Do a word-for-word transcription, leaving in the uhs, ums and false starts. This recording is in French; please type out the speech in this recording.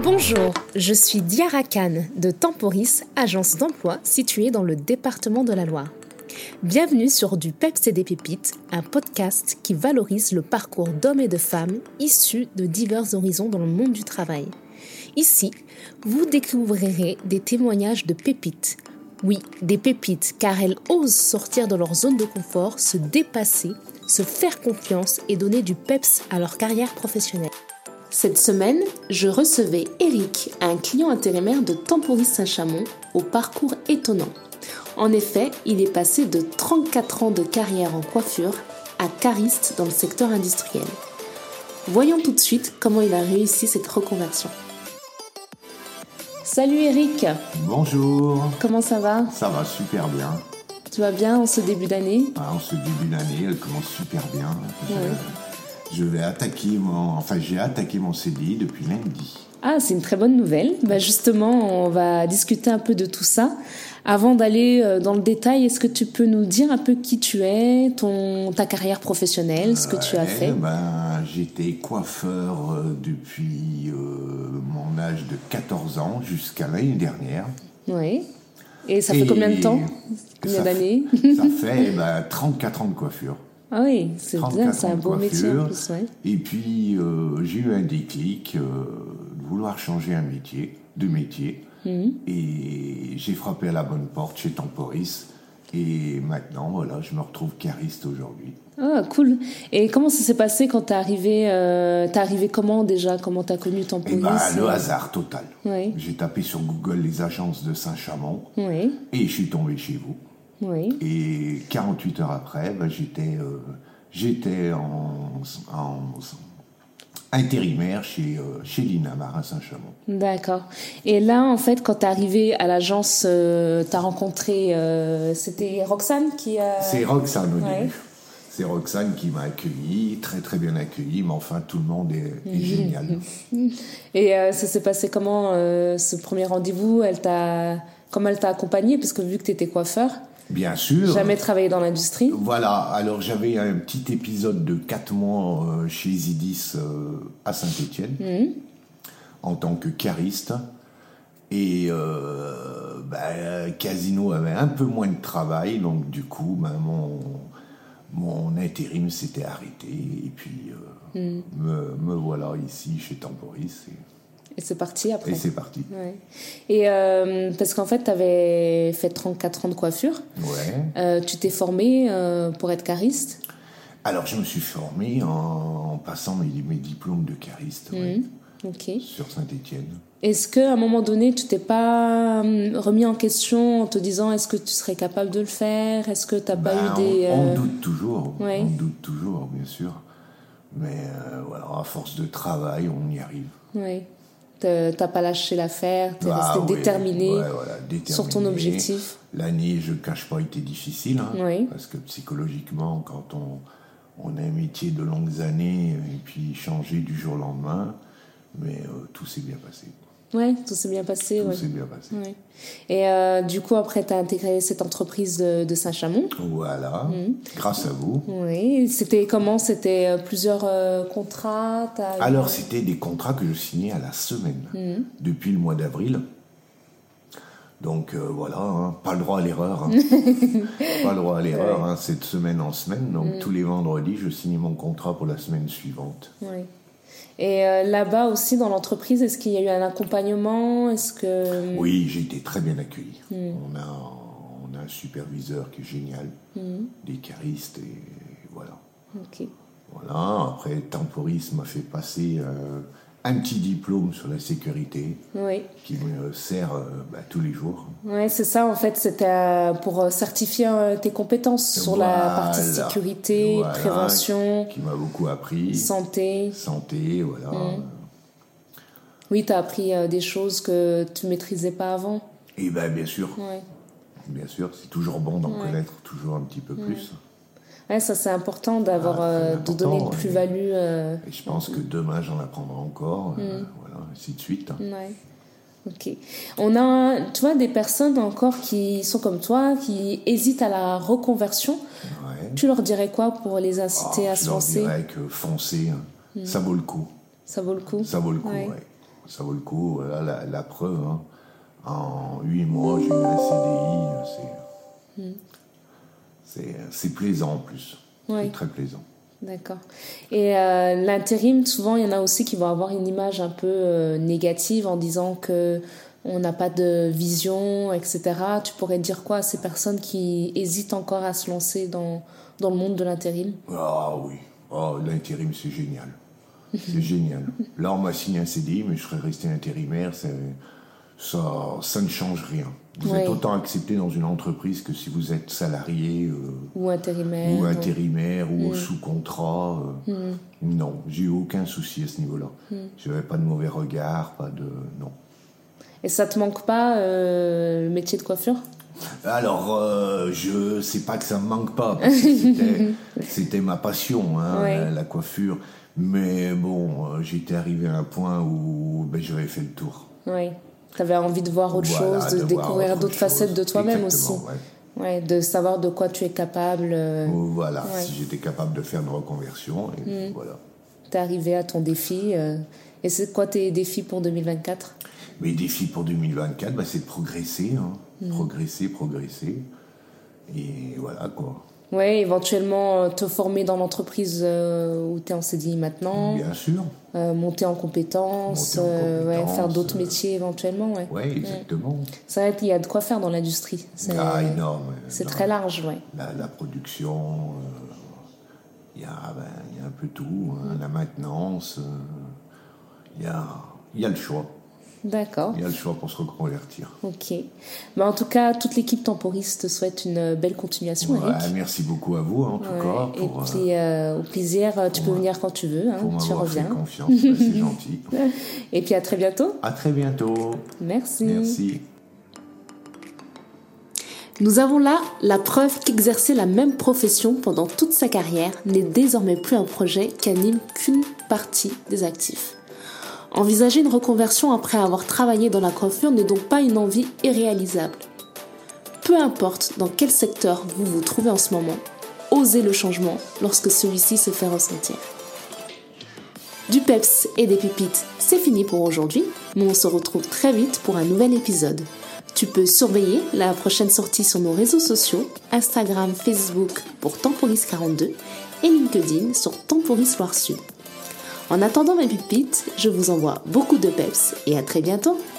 Bonjour, je suis Diara Khan de Temporis, agence d'emploi située dans le département de la Loire. Bienvenue sur Du Peps et des Pépites, un podcast qui valorise le parcours d'hommes et de femmes issus de divers horizons dans le monde du travail. Ici, vous découvrirez des témoignages de pépites. Oui, des pépites, car elles osent sortir de leur zone de confort, se dépasser, se faire confiance et donner du peps à leur carrière professionnelle. Cette semaine, je recevais Eric, un client intérimaire de Temporis Saint-Chamond, au parcours étonnant. En effet, il est passé de trente-quatre ans de carrière en coiffure à cariste dans le secteur industriel. Voyons tout de suite comment il a réussi cette reconversion. Salut Eric. Bonjour. Comment ça va ? Ça va super bien. Tu vas bien en ce début d'année ? Ah, en ce début d'année, elle commence super bien. Je, Ouais. je vais attaquer mon, enfin j'ai attaqué mon C D I depuis lundi. Ah, c'est une très bonne nouvelle. Bah justement, on va discuter un peu de tout ça. Avant d'aller dans le détail, est-ce que tu peux nous dire un peu qui tu es, ton, ta carrière professionnelle, ce que tu as Ouais, fait ? Ben, j'étais coiffeur euh, depuis euh, mon âge de quatorze ans jusqu'à l'année dernière. Oui. Et ça fait Et combien de temps ? Combien ça d'années ? fait- Ça fait ben, trente-quatre ans de coiffure. Ah oui, c'est bien, trente-quatre c'est ans un de beau métier en coiffure. plus, ouais. Et puis, euh, j'ai eu un déclic euh, de vouloir changer un métier, de métier. Mhm. Et j'ai frappé à la bonne porte chez Temporis. Et maintenant, voilà, je me retrouve cariste aujourd'hui. Ah, cool. Et comment ça s'est passé quand t'es arrivé euh, T'es arrivé comment déjà ? Comment t'as connu Et Temporis ? ben, le hasard total. Oui. J'ai tapé sur Google les agences de Saint-Chamond. Oui, Et je suis tombé chez vous. oui. Et quarante-huit heures après, ben, j'étais, euh, j'étais en, en intérimaire chez, euh, chez Linamar à Saint-Chamond. D'accord. Et là, en fait, quand t'es arrivé à l'agence, euh, t'as rencontré... euh, c'était Roxane qui a... C'est Roxane au Ouais. début. C'est Roxane qui m'a accueilli, très très bien accueilli, mais enfin tout le monde est, est génial. Et euh, ça s'est passé comment, euh, ce premier rendez-vous ? Elle t'a... Comment elle t'a accompagné ? Parce que vu que t'étais coiffeur, Bien sûr. jamais travaillé dans l'industrie. Voilà, alors j'avais un petit épisode de quatre mois euh, chez Zidis euh, à Saint-Étienne, Mhm. en tant que cariste. Et euh, ben, Casino avait un peu moins de travail, donc du coup, ben, mon, mon intérim s'était arrêté. Et puis, euh, me, me voilà ici chez Temporis. Et, Et c'est parti après. et c'est parti. Ouais. Et euh, parce qu'en fait, t'avais fait trente-quatre ans de coiffure. Ouais. Euh, tu t'es formé euh, pour être cariste. Alors, je me suis formé en, en passant mes, mes diplômes de cariste ouais, Ok. sur Saint-Étienne. Est-ce qu'à un moment donné, tu t'es pas hum, remis en question en te disant est-ce que tu serais capable de le faire ? Est-ce que t'as pas Ben, eu des... on, on euh, doute toujours, Ouais. on doute toujours, bien sûr. Mais euh, voilà, à force de travail, on y arrive. Ouais. T'as t'as pas lâché l'affaire, t'es Ah, resté oui, déterminé, ouais, voilà, déterminé. sur ton objectif. L'année, je ne cache pas, était difficile. Hein, Oui. Parce que psychologiquement, quand on, on a un métier de longues années, et puis changer du jour au lendemain, mais euh, tout s'est bien passé. Ouais, tout s'est bien passé. Tout Ouais. s'est bien passé. Ouais. Et euh, du coup, après, t'as intégré cette entreprise de, de Saint-Chamond. Voilà, grâce à vous. Oui. C'était comment ? C'était euh, plusieurs euh, contrats t'as eu- Alors, c'était des contrats que je signais à la semaine, depuis le mois d'avril. Donc euh, voilà, hein, pas le droit à l'erreur. Hein. Pas le droit à l'erreur, hein, c'est de semaine en semaine. Donc tous les vendredis, je signais mon contrat pour la semaine suivante. Oui. Et euh, là-bas aussi, dans l'entreprise, est-ce qu'il y a eu un accompagnement ? Est-ce que... Oui, j'ai été très bien accueilli. On, a, on a un superviseur qui est génial, des caristes, et voilà. Ok. Voilà, après, Temporis m'a fait passer euh, un petit diplôme sur la sécurité Oui. qui me sert euh, bah, tous les jours. Ouais, c'est ça, en fait, c'était euh, pour euh, certifier euh, tes compétences sur la Voilà, partie sécurité, voilà, prévention, Qui m'a beaucoup appris. santé. Santé, voilà. Oui, tu as appris euh, des choses que tu maîtrisais pas avant. Et ben bien sûr, Ouais. bien sûr, c'est toujours bon d'en connaître toujours un petit peu plus. Ouais, ça c'est important d'avoir Ah, euh, très de important, donner une ouais. plus-value. euh, Et je pense que demain, j'en apprendrai encore. euh, voilà, ainsi de suite. Ouais. Ok. On a, tu vois, des personnes encore qui sont comme toi, qui hésitent à la reconversion. Ouais. Tu leur dirais quoi pour les inciter Oh, à je se leur lancer ? dirais que foncer, hein, ça vaut le coup. Ça vaut le coup. Ça vaut le coup, Ouais. ouais. ça vaut le coup. Voilà, la, la preuve, hein. En huit mois, j'ai eu un C D I. C'est, mm. c'est, c'est plaisant en plus. Oui. C'est très plaisant. D'accord. Et euh, l'intérim, souvent, il y en a aussi qui vont avoir une image un peu euh, négative en disant que on n'a pas de vision, et cetera. Tu pourrais dire quoi à ces personnes qui hésitent encore à se lancer dans, dans le monde de l'intérim? Ah oui, oh, l'intérim, c'est génial. C'est génial. Là, on m'a signé un C D I, mais je serais resté intérimaire. C'est, ça, ça ne change rien. Vous ouais. êtes autant accepté dans une entreprise que si vous êtes salarié euh, ou intérimaire, ou, intérimaire, ouais. ou mmh. sous contrat. Euh, mmh. Non, j'ai eu aucun souci à ce niveau-là. Mmh. Je n'avais pas de mauvais regard, pas de... Non. Et ça te manque pas, euh, le métier de coiffure? Alors, euh, je sais pas que ça me manque pas, parce que c'était, c'était ma passion, hein, ouais. la, la coiffure. Mais bon, euh, j'étais arrivé à un point où ben, j'avais fait le tour. Oui. Tu avais envie de voir autre voilà, chose, de, de découvrir d'autres chose. facettes de toi-même aussi. Ouais. Ouais, de savoir de quoi tu es capable. Euh... Voilà, ouais. si j'étais capable de faire une reconversion. Et mmh. voilà. Tu es arrivé à ton défi. Euh... Et c'est quoi tes défis pour deux mille vingt-quatre? Mes défis pour deux mille vingt-quatre, bah, c'est de progresser. Hein. Mmh. Progresser, progresser. Et voilà quoi. Oui, éventuellement te former dans l'entreprise où tu es en C D I maintenant. Bien sûr. Euh, monter en compétences, monter en compétences euh, ouais, faire d'autres euh... métiers éventuellement. Oui, ouais, exactement. Ouais. C'est vrai qu'il y a de quoi faire dans l'industrie. C'est, ah, énorme. C'est énorme. très large, oui. La, la production, il euh, y, ben, y a un peu tout. Hein, mm. La maintenance, il euh, y, y a le choix. D'accord. Il y a le choix pour se reconvertir. Ok. Mais en tout cas, toute l'équipe Temporis te souhaite une belle continuation, ouais, Eric. Merci beaucoup à vous, en tout ouais. cas. Pour, Et puis, euh, au plaisir, tu peux venir quand tu veux. Hein, pour tu reviens. Fait confiance, bah, c'est gentil. Et puis, à très bientôt. À très bientôt. Merci. Merci. Nous avons là la preuve qu'exercer la même profession pendant toute sa carrière n'est désormais plus un projet qui anime qu'une partie des actifs. Envisager une reconversion après avoir travaillé dans la coiffure n'est donc pas une envie irréalisable. Peu importe dans quel secteur vous vous trouvez en ce moment, osez le changement lorsque celui-ci se fait ressentir. Du peps et des pépites, c'est fini pour aujourd'hui, mais on se retrouve très vite pour un nouvel épisode. Tu peux surveiller la prochaine sortie sur nos réseaux sociaux, Instagram, Facebook pour Temporis quarante-deux et LinkedIn sur Temporis Loire Sud. En attendant mes pépites, je vous envoie beaucoup de peps et à très bientôt.